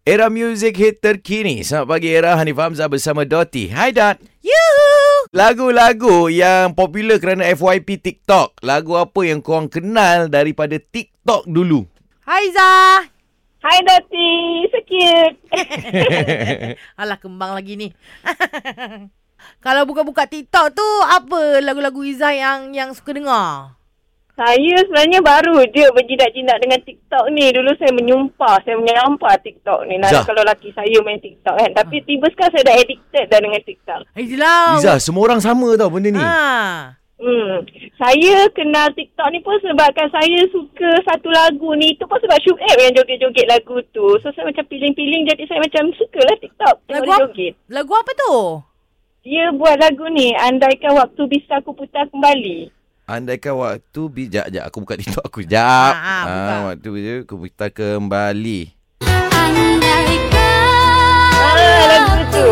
Era muzik hit terkini. Selamat pagi Era, Hanif Hamzah bersama Doti. Hai Dot. Yuhu. Lagu-lagu yang popular kerana FYP TikTok. Lagu apa yang korang kenal daripada TikTok dulu? Hai Zah. Hai Doti, so cute. Alah, kembang lagi ni. Kalau buka-buka TikTok tu, apa lagu-lagu Izzah yang suka dengar? Saya sebenarnya baru je berjinak-jinak dengan TikTok ni. Dulu saya menyampah TikTok ni. Zah. Kalau laki saya main TikTok kan. Tapi tiba sekarang saya dah addicted dah dengan TikTok. Itulah. Izzah, semua orang sama tau benda ni. Saya kenal TikTok ni pun sebabkan saya suka satu lagu ni. Itu pun sebab Syuib yang joget-joget lagu tu. So saya macam piling-piling, jadi saya macam sukalah TikTok. Lagu Tengok dia joget. Lagu apa tu? Dia buat lagu ni, Andaikan Waktu Bisa Ku Putar Kembali. Andaikan waktu Sekejap, aku buka TikTok aku. Sekejap. Buka. Waktu je aku putar kembali. Lagu tu.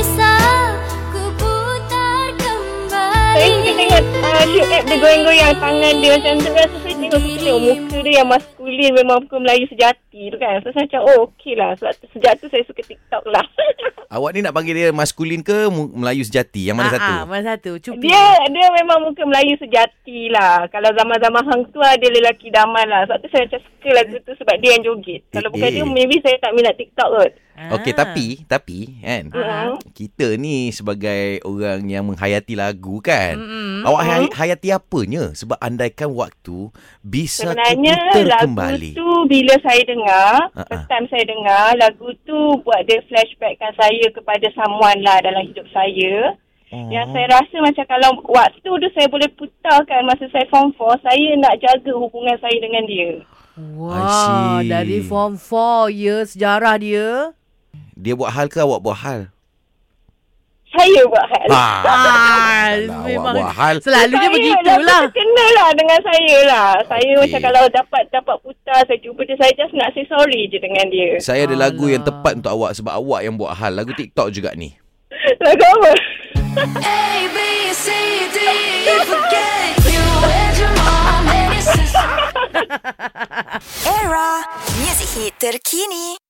Saya suka tengok Syuib dia goyang-goyang tangan dia macam tu kan. So saya tengok muka dia yang maskulin, memang muka Melayu sejati tu kan. So saya macam okey lah. Sebab sejak tu saya suka TikTok lah. Awak ni nak panggil dia maskulin ke Melayu sejati? Yang mana satu? Mana satu? Cupi. Dia memang muka Melayu sejati lah. Kalau zaman-zaman hang tu ada lelaki daman lah. Sebab tu saya macam suka lagu tu sebab dia yang joget. Kalau bukan dia, maybe saya tak minat TikTok kot. Okey, tapi kan, kita ni sebagai orang yang menghayati lagu kan, awak hayati apanya? Sebab andaikan waktu bisa sebenarnya putar lagu kembali. tu bila saya dengar, first time saya dengar, lagu tu buat dia flashbackkan saya kepada someone lah dalam hidup saya. Yang saya rasa macam kalau waktu tu saya boleh putarkan masa saya form 4, saya nak jaga hubungan saya dengan dia. Wah, dari form 4 ya, sejarah dia. Dia buat hal ke awak buat hal? Saya buat hal. Memang awak buat hal. selalunya begitulah. Lagu tu kena lah dengan saya lah. Saya macam kalau dapat putar, saya jumpa dia, saya just nak say sorry je dengan dia. Saya ada lagu yang tepat untuk awak sebab awak yang buat hal. Lagu TikTok juga ni. Lagu apa? A, B, C, D, forget you and your mom and your sister. Era, music hit terkini.